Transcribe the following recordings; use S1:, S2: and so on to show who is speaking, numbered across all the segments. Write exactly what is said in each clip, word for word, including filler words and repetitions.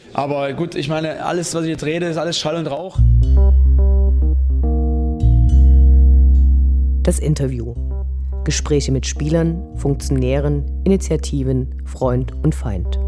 S1: Aber gut, ich meine, alles, was ich jetzt rede, ist alles Schall und Rauch.
S2: Das Interview. Gespräche mit Spielern, Funktionären, Initiativen, Freund und Feind.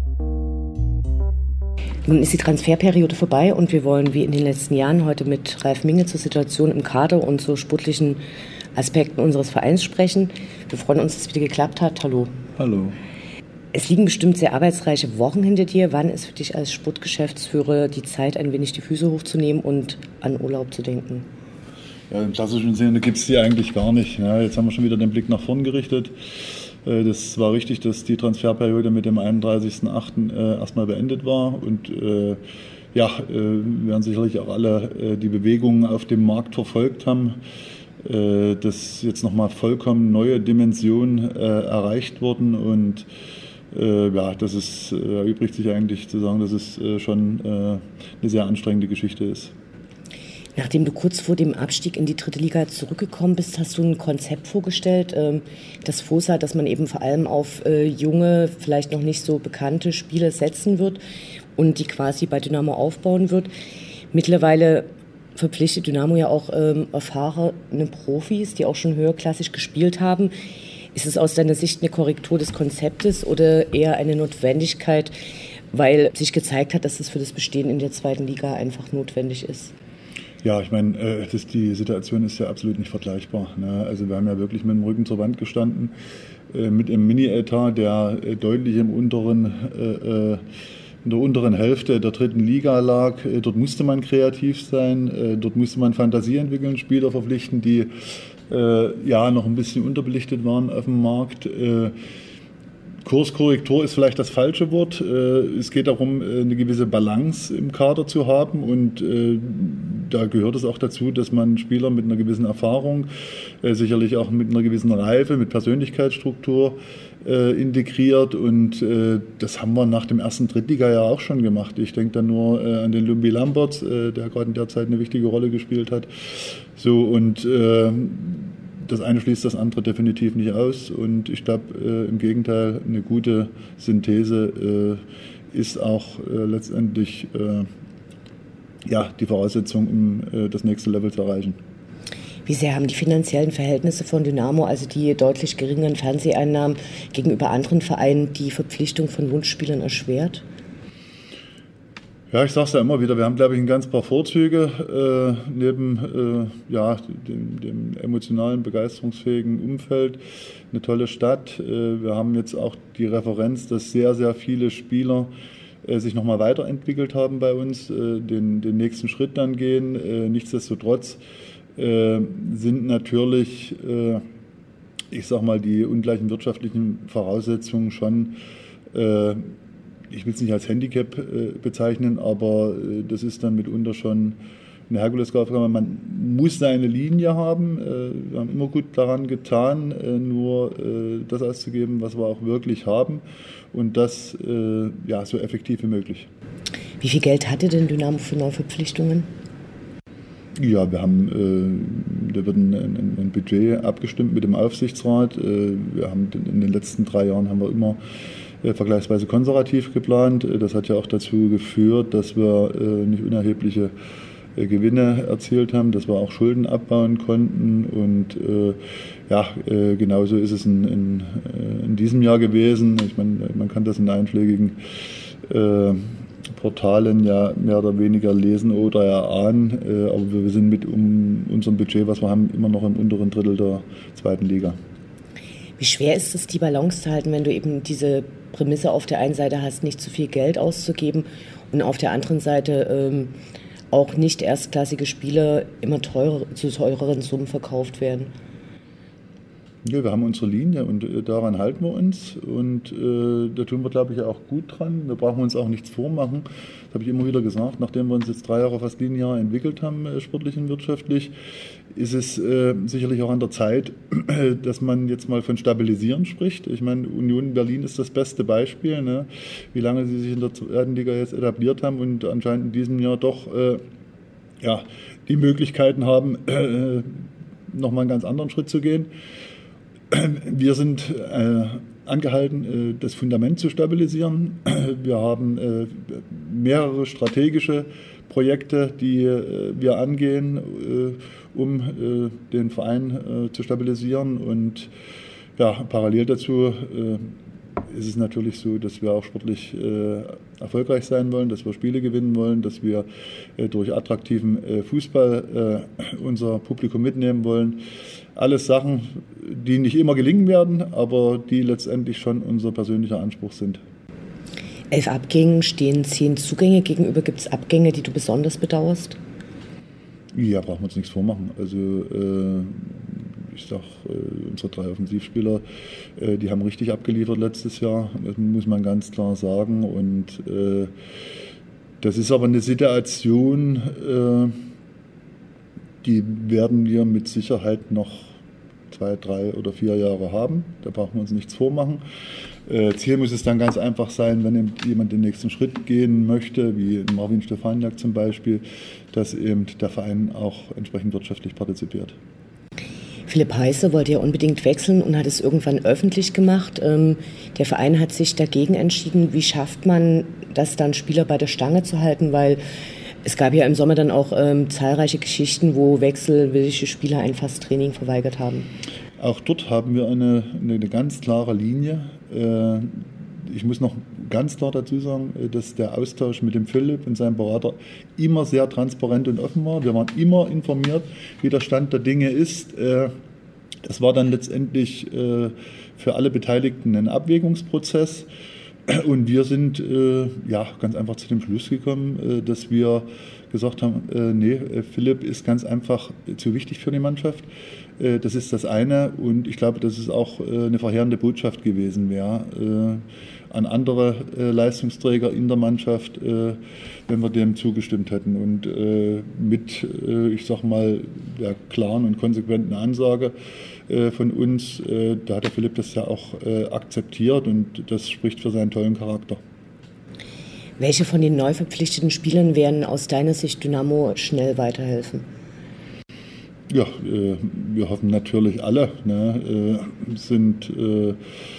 S2: Nun ist die Transferperiode vorbei und wir wollen wie in den letzten Jahren heute mit Ralf Minge zur Situation im Kader und zu sportlichen Aspekten unseres Vereins sprechen. Wir freuen uns, dass es wieder geklappt hat. Hallo.
S3: Hallo.
S2: Es liegen bestimmt sehr arbeitsreiche Wochen hinter dir. Wann ist für dich als Sportgeschäftsführer die Zeit, ein wenig die Füße hochzunehmen und an Urlaub zu denken?
S3: Ja, im klassischen Sinne gibt es die eigentlich gar nicht. Ja, jetzt haben wir schon wieder den Blick nach vorn gerichtet. Das war richtig, dass die Transferperiode mit dem einunddreißigsten achten erstmal beendet war. Und äh, ja, wir werden sicherlich auch alle äh, die Bewegungen auf dem Markt verfolgt haben, äh, dass jetzt nochmal vollkommen neue Dimensionen äh, erreicht wurden. Und äh, ja, das ist, äh, erübrigt sich eigentlich zu sagen, dass es äh, schon äh, eine sehr anstrengende Geschichte ist.
S2: Nachdem du kurz vor dem Abstieg in die dritte Liga zurückgekommen bist, hast du ein Konzept vorgestellt, das vorsah, dass man eben vor allem auf junge, vielleicht noch nicht so bekannte Spieler setzen wird und die quasi bei Dynamo aufbauen wird. Mittlerweile verpflichtet Dynamo ja auch erfahrene Profis, die auch schon höherklassig gespielt haben. Ist es aus deiner Sicht eine Korrektur des Konzeptes oder eher eine Notwendigkeit, weil sich gezeigt hat, dass es für das Bestehen in der zweiten Liga einfach notwendig ist?
S3: Ja, ich meine, äh, das, die Situation ist ja absolut nicht vergleichbar. Ne? Also wir haben ja wirklich mit dem Rücken zur Wand gestanden, äh, mit einem Mini-Etat, der äh, deutlich im unteren, äh, in der unteren Hälfte der dritten Liga lag. Äh, dort musste man kreativ sein, äh, dort musste man Fantasie entwickeln, Spieler verpflichten, die äh, ja noch ein bisschen unterbelichtet waren auf dem Markt. Äh, Kurskorrektur ist vielleicht das falsche Wort. Es geht darum, eine gewisse Balance im Kader zu haben und da gehört es auch dazu, dass man Spieler mit einer gewissen Erfahrung, sicherlich auch mit einer gewissen Reife, mit Persönlichkeitsstruktur integriert und das haben wir nach dem ersten Drittliga-Jahr auch schon gemacht. Ich denke dann nur an den Lumbi Lamberts, der gerade in der Zeit eine wichtige Rolle gespielt hat. So und das eine schließt das andere definitiv nicht aus und ich glaube, äh, im Gegenteil, eine gute Synthese äh, ist auch äh, letztendlich äh, ja, die Voraussetzung, um äh, das nächste Level zu erreichen.
S2: Wie sehr haben die finanziellen Verhältnisse von Dynamo, also die deutlich geringeren Fernseheinnahmen gegenüber anderen Vereinen, die Verpflichtung von Wunschspielern erschwert?
S3: Ja, ich sage es ja immer wieder, wir haben, glaube ich, ein ganz paar Vorzüge äh, neben äh, ja, dem, dem emotionalen, begeisterungsfähigen Umfeld. Eine tolle Stadt. Äh, wir haben jetzt auch die Referenz, dass sehr, sehr viele Spieler äh, sich nochmal weiterentwickelt haben bei uns, äh, den, den nächsten Schritt dann gehen. Äh, nichtsdestotrotz äh, sind natürlich, äh, ich sage mal, die ungleichen wirtschaftlichen Voraussetzungen schon äh, ich will es nicht als Handicap äh, bezeichnen, aber äh, das ist dann mitunter schon eine Herkulesaufgabe. Man muss seine Linie haben. Äh, wir haben immer gut daran getan, äh, nur äh, das auszugeben, was wir auch wirklich haben und das äh, ja, so effektiv wie möglich.
S2: Wie viel Geld hatte denn Dynamo für Neuverpflichtungen?
S3: Ja, wir haben, äh, da wird ein, ein, ein Budget abgestimmt mit dem Aufsichtsrat. Äh, wir haben in den letzten drei Jahren haben wir immer Äh, vergleichsweise konservativ geplant. Das hat ja auch dazu geführt, dass wir äh, nicht unerhebliche äh, Gewinne erzielt haben, dass wir auch Schulden abbauen konnten und äh, ja, äh, genauso ist es in, in, in diesem Jahr gewesen. Ich meine, man kann das in einschlägigen äh, Portalen ja mehr oder weniger lesen oder erahnen, äh, aber wir sind mit um unserem Budget, was wir haben, immer noch im unteren Drittel der zweiten Liga.
S2: Wie schwer ist es, die Balance zu halten, wenn du eben diese Prämisse auf der einen Seite hast, nicht zu viel Geld auszugeben und auf der anderen Seite ähm, auch nicht erstklassige Spieler immer teurer, zu teureren Summen verkauft werden?
S3: Ja, wir haben unsere Linie und äh, daran halten wir uns und äh, da tun wir, glaube ich, auch gut dran. Da brauchen wir uns auch nichts vormachen. Das habe ich immer wieder gesagt, nachdem wir uns jetzt drei Jahre fast linear entwickelt haben, äh, sportlich und wirtschaftlich, ist es äh, sicherlich auch an der Zeit, äh, dass man jetzt mal von Stabilisieren spricht. Ich meine, Union Berlin ist das beste Beispiel, ne? Wie lange sie sich in der zweiten Liga jetzt etabliert haben und anscheinend in diesem Jahr doch äh, ja, die Möglichkeiten haben, äh, nochmal einen ganz anderen Schritt zu gehen. Wir sind äh, angehalten, das Fundament zu stabilisieren. Wir haben mehrere strategische Projekte, die wir angehen, um den Verein zu stabilisieren. Und ja, parallel dazu ist es natürlich so, dass wir auch sportlich äh, erfolgreich sein wollen, dass wir Spiele gewinnen wollen, dass wir äh, durch attraktiven äh, Fußball äh, unser Publikum mitnehmen wollen. Alles Sachen, die nicht immer gelingen werden, aber die letztendlich schon unser persönlicher Anspruch sind.
S2: Elf Abgängen stehen zehn Zugänge gegenüber. Gibt es Abgänge, die du besonders bedauerst?
S3: Ja, brauchen wir uns nichts vormachen. Also äh, ich sage, äh, unsere drei Offensivspieler, äh, die haben richtig abgeliefert letztes Jahr, das muss man ganz klar sagen. Und äh, das ist aber eine Situation, äh, die werden wir mit Sicherheit noch zwei, drei oder vier Jahre haben. Da brauchen wir uns nichts vormachen. Äh, Ziel muss es dann ganz einfach sein, wenn jemand den nächsten Schritt gehen möchte, wie Marvin Stefaniak zum Beispiel, dass eben der Verein auch entsprechend wirtschaftlich partizipiert.
S2: Philipp Heise wollte ja unbedingt wechseln und hat es irgendwann öffentlich gemacht. Ähm, der Verein hat sich dagegen entschieden. Wie schafft man das dann, Spieler bei der Stange zu halten? Weil es gab ja im Sommer dann auch ähm, zahlreiche Geschichten, wo wechselwillige Spieler ein fast Training verweigert haben.
S3: Auch dort haben wir eine, eine ganz klare Linie. Äh, ich muss noch ganz klar dazu sagen, dass der Austausch mit dem Philipp und seinem Berater immer sehr transparent und offen war. Wir waren immer informiert, wie der Stand der Dinge ist. Das war dann letztendlich für alle Beteiligten ein Abwägungsprozess. Und wir sind ja ganz einfach zu dem Schluss gekommen, dass wir gesagt haben, nee, Philipp ist ganz einfach zu wichtig für die Mannschaft. Das ist das eine, und ich glaube, dass es auch eine verheerende Botschaft gewesen wäre an andere Leistungsträger in der Mannschaft, wenn wir dem zugestimmt hätten. Und mit, ich sag mal, der klaren und konsequenten Ansage von uns, da hat der Philipp das ja auch akzeptiert, und das spricht für seinen tollen Charakter.
S2: Welche von den neu verpflichteten Spielern werden aus deiner Sicht Dynamo schnell weiterhelfen?
S3: Ja, äh, wir hoffen natürlich alle. Ne, äh, sind, äh,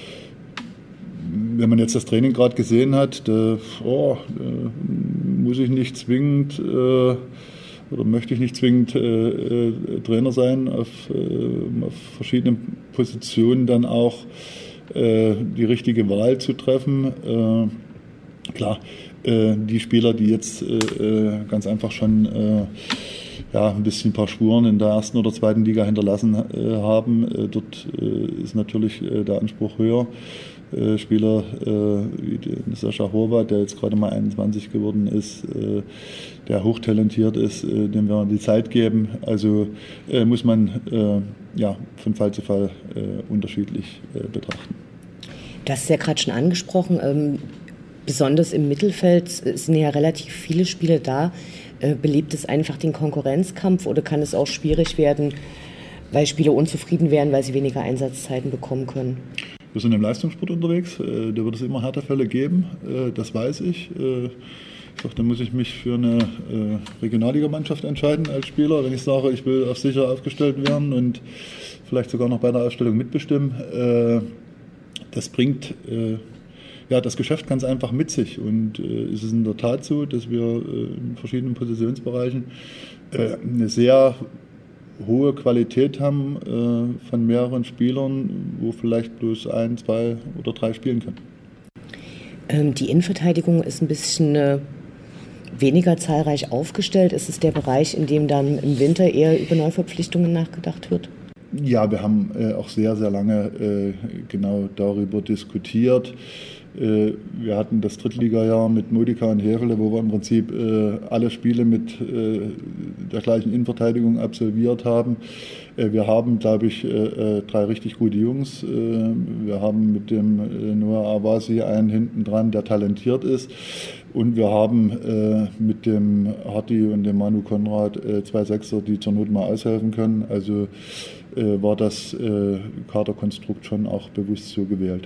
S3: wenn man jetzt das Training gerade gesehen hat, da, oh, äh, muss ich nicht zwingend äh, oder möchte ich nicht zwingend äh, äh, Trainer sein, auf, äh, auf verschiedenen Positionen dann auch äh, die richtige Wahl zu treffen. Äh, klar, äh, die Spieler, die jetzt äh, ganz einfach schon äh, ja, ein bisschen ein paar Spuren in der ersten oder zweiten Liga hinterlassen äh, haben. Äh, dort äh, ist natürlich äh, der Anspruch höher. Äh, Spieler äh, wie den Sascha Horvath, der jetzt gerade mal einundzwanzig geworden ist, äh, der hochtalentiert ist, äh, dem wir die Zeit geben. Also äh, muss man äh, ja, von Fall zu Fall äh, unterschiedlich äh, betrachten.
S2: Du hast es ja gerade schon angesprochen, ähm, besonders im Mittelfeld sind ja relativ viele Spiele da. Belebt es einfach den Konkurrenzkampf, oder kann es auch schwierig werden, weil Spieler unzufrieden werden, weil sie weniger Einsatzzeiten bekommen können?
S3: Wir sind im Leistungssport unterwegs, da wird es immer Härtefälle geben, das weiß ich. Ich sag, da muss ich mich für eine Regionalligamannschaft entscheiden als Spieler, wenn ich sage, ich will auf sicher aufgestellt werden und vielleicht sogar noch bei der Aufstellung mitbestimmen. Das bringt ja, das Geschäft ganz einfach mit sich, und äh, es ist in der Tat so, dass wir äh, in verschiedenen Positionsbereichen äh, eine sehr hohe Qualität haben äh, von mehreren Spielern, wo vielleicht bloß ein, zwei oder drei spielen können.
S2: Ähm, die Innenverteidigung ist ein bisschen äh, weniger zahlreich aufgestellt. Ist es der Bereich, in dem dann im Winter eher über Neuverpflichtungen nachgedacht wird?
S3: Ja, wir haben äh, auch sehr, sehr lange äh, genau darüber diskutiert. Äh, wir hatten das Drittligajahr mit Modica und Häfele, wo wir im Prinzip äh, alle Spiele mit äh, der gleichen Innenverteidigung absolviert haben. Äh, wir haben, glaube ich, äh, drei richtig gute Jungs. Äh, wir haben mit dem äh, Noah Awasi einen hinten dran, der talentiert ist. Und wir haben äh, mit dem Harti und dem Manu Konrad äh, zwei Sechser, die zur Not mal aushelfen können. Also äh, war das äh, Kaderkonstrukt schon auch bewusst so gewählt.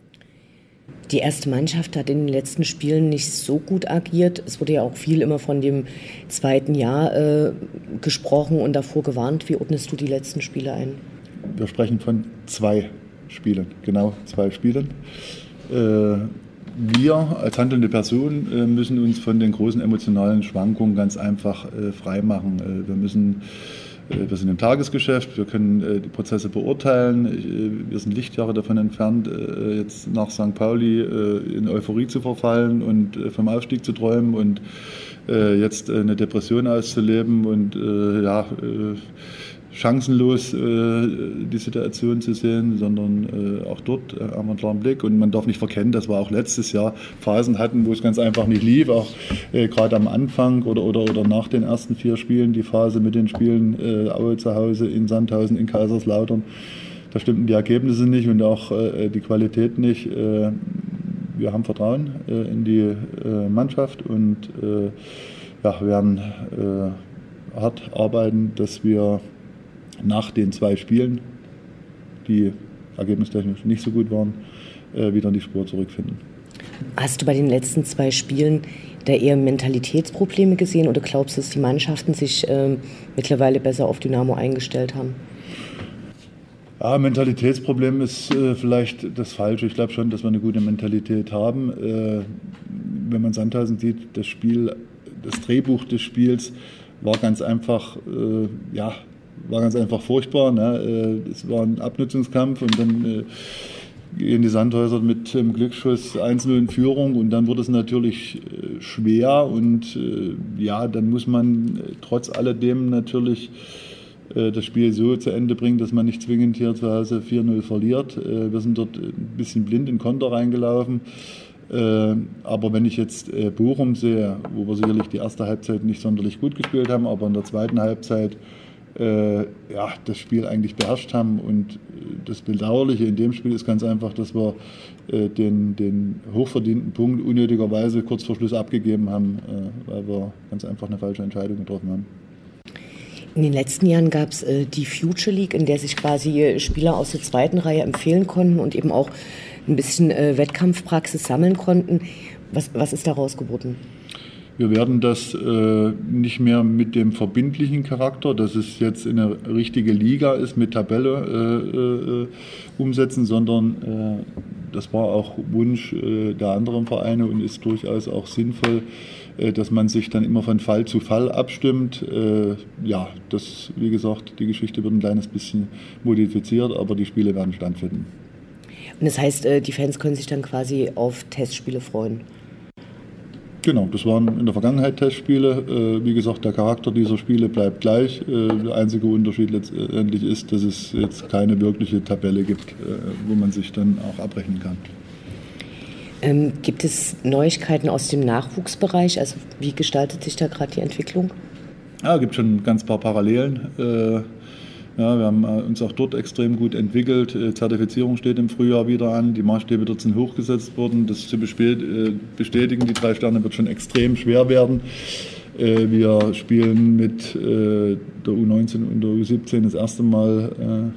S2: Die erste Mannschaft hat in den letzten Spielen nicht so gut agiert. Es wurde ja auch viel immer von dem zweiten Jahr äh, gesprochen und davor gewarnt. Wie ordnest du die letzten Spiele ein?
S3: Wir sprechen von zwei Spielen, genau zwei Spielen. Äh, wir als handelnde Person äh, müssen uns von den großen emotionalen Schwankungen ganz einfach äh, freimachen. Äh, wir müssen äh, wir sind im Tagesgeschäft, wir können äh, die Prozesse beurteilen. Äh, wir sind Lichtjahre davon entfernt, äh, jetzt nach Sankt Pauli äh, in Euphorie zu verfallen und äh, vom Aufstieg zu träumen und äh, jetzt äh, eine Depression auszuleben und äh, ja, äh, chancenlos äh, die Situation zu sehen, sondern äh, auch dort äh, haben wir einen klaren Blick. Und man darf nicht verkennen, dass wir auch letztes Jahr Phasen hatten, wo es ganz einfach nicht lief, auch äh, gerade am Anfang oder, oder, oder nach den ersten vier Spielen, die Phase mit den Spielen äh, Aue zu Hause, in Sandhausen, in Kaiserslautern, da stimmten die Ergebnisse nicht und auch äh, die Qualität nicht. Äh, wir haben Vertrauen äh, in die äh, Mannschaft und äh, ja, werden äh, hart arbeiten, dass wir nach den zwei Spielen, die ergebnistechnisch nicht so gut waren, äh, wieder in die Spur zurückfinden.
S2: Hast du bei den letzten zwei Spielen da eher Mentalitätsprobleme gesehen oder glaubst du, dass die Mannschaften sich äh, mittlerweile besser auf Dynamo eingestellt haben?
S3: Ja, Mentalitätsproblem ist äh, vielleicht das Falsche. Ich glaube schon, dass wir eine gute Mentalität haben. Äh, wenn man Sandhausen sieht, das Spiel, das Drehbuch des Spiels war ganz einfach, äh, ja, war ganz einfach furchtbar. Ne? Es war ein Abnutzungskampf und dann äh, gehen die Sandhäuser mit dem Glücksschuss eins null in Führung und dann wird es natürlich äh, schwer und äh, ja, dann muss man äh, trotz alledem natürlich äh, das Spiel so zu Ende bringen, dass man nicht zwingend hier zu Hause vier null verliert. Äh, wir sind dort ein bisschen blind in Konter reingelaufen. Äh, aber wenn ich jetzt äh, Bochum sehe, wo wir sicherlich die erste Halbzeit nicht sonderlich gut gespielt haben, aber in der zweiten Halbzeit Äh, ja, das Spiel eigentlich beherrscht haben. Und das Bedauerliche in dem Spiel ist ganz einfach, dass wir äh, den, den hochverdienten Punkt unnötigerweise kurz vor Schluss abgegeben haben, äh, weil wir ganz einfach eine falsche Entscheidung getroffen haben.
S2: In den letzten Jahren gab es äh, die Future League, in der sich quasi Spieler aus der zweiten Reihe empfehlen konnten und eben auch ein bisschen äh, Wettkampfpraxis sammeln konnten. Was, was ist daraus geworden?
S3: Wir werden das äh, nicht mehr mit dem verbindlichen Charakter, dass es jetzt eine richtige Liga ist, mit Tabelle äh, äh, umsetzen, sondern äh, das war auch Wunsch äh, der anderen Vereine und ist durchaus auch sinnvoll, äh, dass man sich dann immer von Fall zu Fall abstimmt. Äh, ja, das, wie gesagt, die Geschichte wird ein kleines bisschen modifiziert, aber die Spiele werden stattfinden.
S2: Und das heißt, äh, die Fans können sich dann quasi auf Testspiele freuen?
S3: Genau, das waren in der Vergangenheit Testspiele. Wie gesagt, der Charakter dieser Spiele bleibt gleich. Der einzige Unterschied letztendlich ist, dass es jetzt keine wirkliche Tabelle gibt, wo man sich dann auch abrechnen kann.
S2: Ähm, gibt es Neuigkeiten aus dem Nachwuchsbereich? Also wie gestaltet sich da gerade die Entwicklung?
S3: Ja, es gibt schon ein ganz paar Parallelen. Ja, wir haben uns auch dort extrem gut entwickelt. Zertifizierung steht im Frühjahr wieder an. Die Maßstäbe dort sind hochgesetzt worden. Das zu bestätigen, die drei Sterne, wird schon extrem schwer werden. Wir spielen mit der U neunzehn und der U siebzehn das erste Mal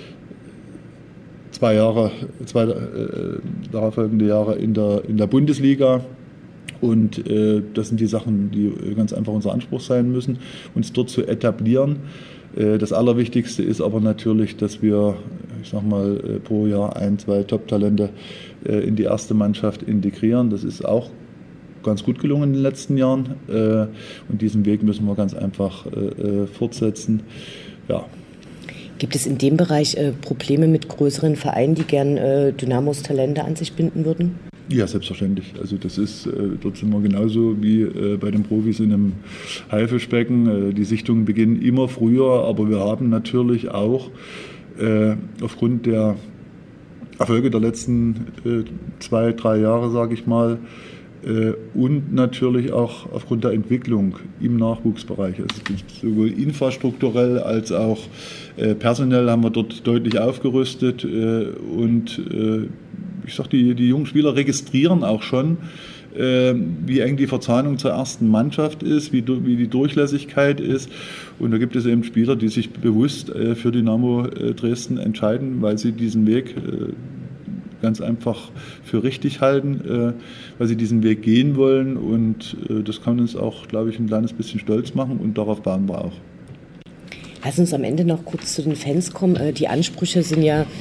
S3: zwei Jahre, zwei darauffolgende Jahre in der, in der Bundesliga. Und das sind die Sachen, die ganz einfach unser Anspruch sein müssen, uns dort zu etablieren. Das Allerwichtigste ist aber natürlich, dass wir, ich sag mal, pro Jahr ein, zwei Top-Talente in die erste Mannschaft integrieren. Das ist auch ganz gut gelungen in den letzten Jahren. Und diesen Weg müssen wir ganz einfach fortsetzen. Ja.
S2: Gibt es in dem Bereich Probleme mit größeren Vereinen, die gern Dynamos Talente an sich binden würden?
S3: Ja, selbstverständlich. Also das ist, äh, dort sind wir genauso wie äh, bei den Profis in einem Haifischbecken. Äh, die Sichtungen beginnen immer früher, aber wir haben natürlich auch äh, aufgrund der Erfolge der letzten äh, zwei, drei Jahre, sage ich mal, äh, und natürlich auch aufgrund der Entwicklung im Nachwuchsbereich. Also sowohl infrastrukturell als auch äh, personell haben wir dort deutlich aufgerüstet äh, und äh, ich sage, die, die jungen Spieler registrieren auch schon, äh, wie eng die Verzahnung zur ersten Mannschaft ist, wie, wie die Durchlässigkeit ist. Und da gibt es eben Spieler, die sich bewusst äh, für Dynamo äh, Dresden entscheiden, weil sie diesen Weg äh, ganz einfach für richtig halten, äh, weil sie diesen Weg gehen wollen. Und äh, das kann uns auch, glaube ich, ein kleines bisschen stolz machen und darauf bauen wir auch.
S2: Lass uns am Ende noch kurz zu den Fans kommen. Äh, die Ansprüche sind ja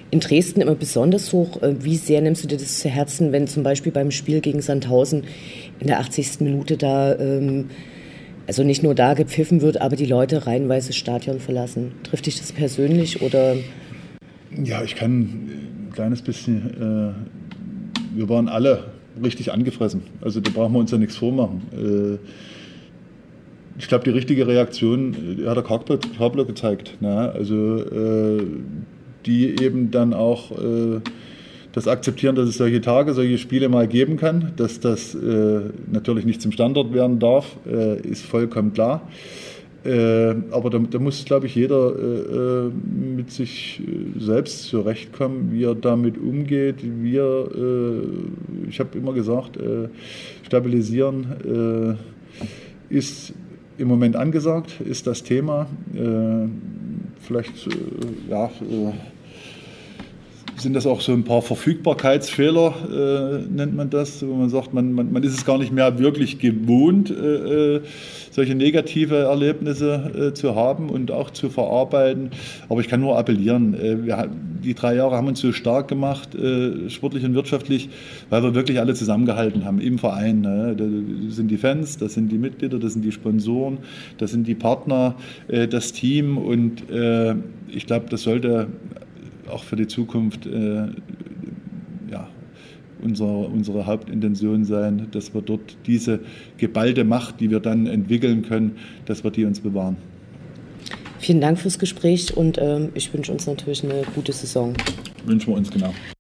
S2: in Dresden immer besonders hoch. Wie sehr nimmst du dir das zu Herzen, wenn zum Beispiel beim Spiel gegen Sandhausen in der achtzigsten Minute da, ähm, also nicht nur da gepfiffen wird, aber die Leute reihenweise das Stadion verlassen? Trifft dich das persönlich oder?
S3: Ja, ich kann ein kleines bisschen, äh, wir waren alle richtig angefressen. Also da brauchen wir uns ja nichts vormachen. Äh, ich glaube, die richtige Reaktion äh, hat der Kabler gezeigt. Ne? Also äh, die eben dann auch äh, das akzeptieren, dass es solche Tage, solche Spiele mal geben kann, dass das äh, natürlich nicht zum Standard werden darf, äh, ist vollkommen klar. Äh, aber da, da muss, glaube ich, jeder äh, mit sich selbst zurechtkommen, wie er damit umgeht. Wie er, äh, ich habe immer gesagt, äh, stabilisieren äh, ist im Moment angesagt, ist das Thema. Äh, vielleicht, äh, ja, äh, sind das auch so ein paar Verfügbarkeitsfehler, äh, nennt man das, wo man sagt, man, man, man ist es gar nicht mehr wirklich gewohnt, äh, solche negative Erlebnisse äh, zu haben und auch zu verarbeiten. Aber ich kann nur appellieren, äh, wir, die drei Jahre haben uns so stark gemacht, äh, sportlich und wirtschaftlich, weil wir wirklich alle zusammengehalten haben im Verein. Ne? Da sind die Fans, das sind die Mitglieder, das sind die Sponsoren, das sind die Partner, äh, das Team und äh, ich glaube, das sollte auch für die Zukunft äh, ja, unsere, unsere Hauptintention sein, dass wir dort diese geballte Macht, die wir dann entwickeln können, dass wir die uns bewahren.
S2: Vielen Dank fürs Gespräch und ähm, ich wünsche uns natürlich eine gute Saison.
S3: Wünschen wir uns genau.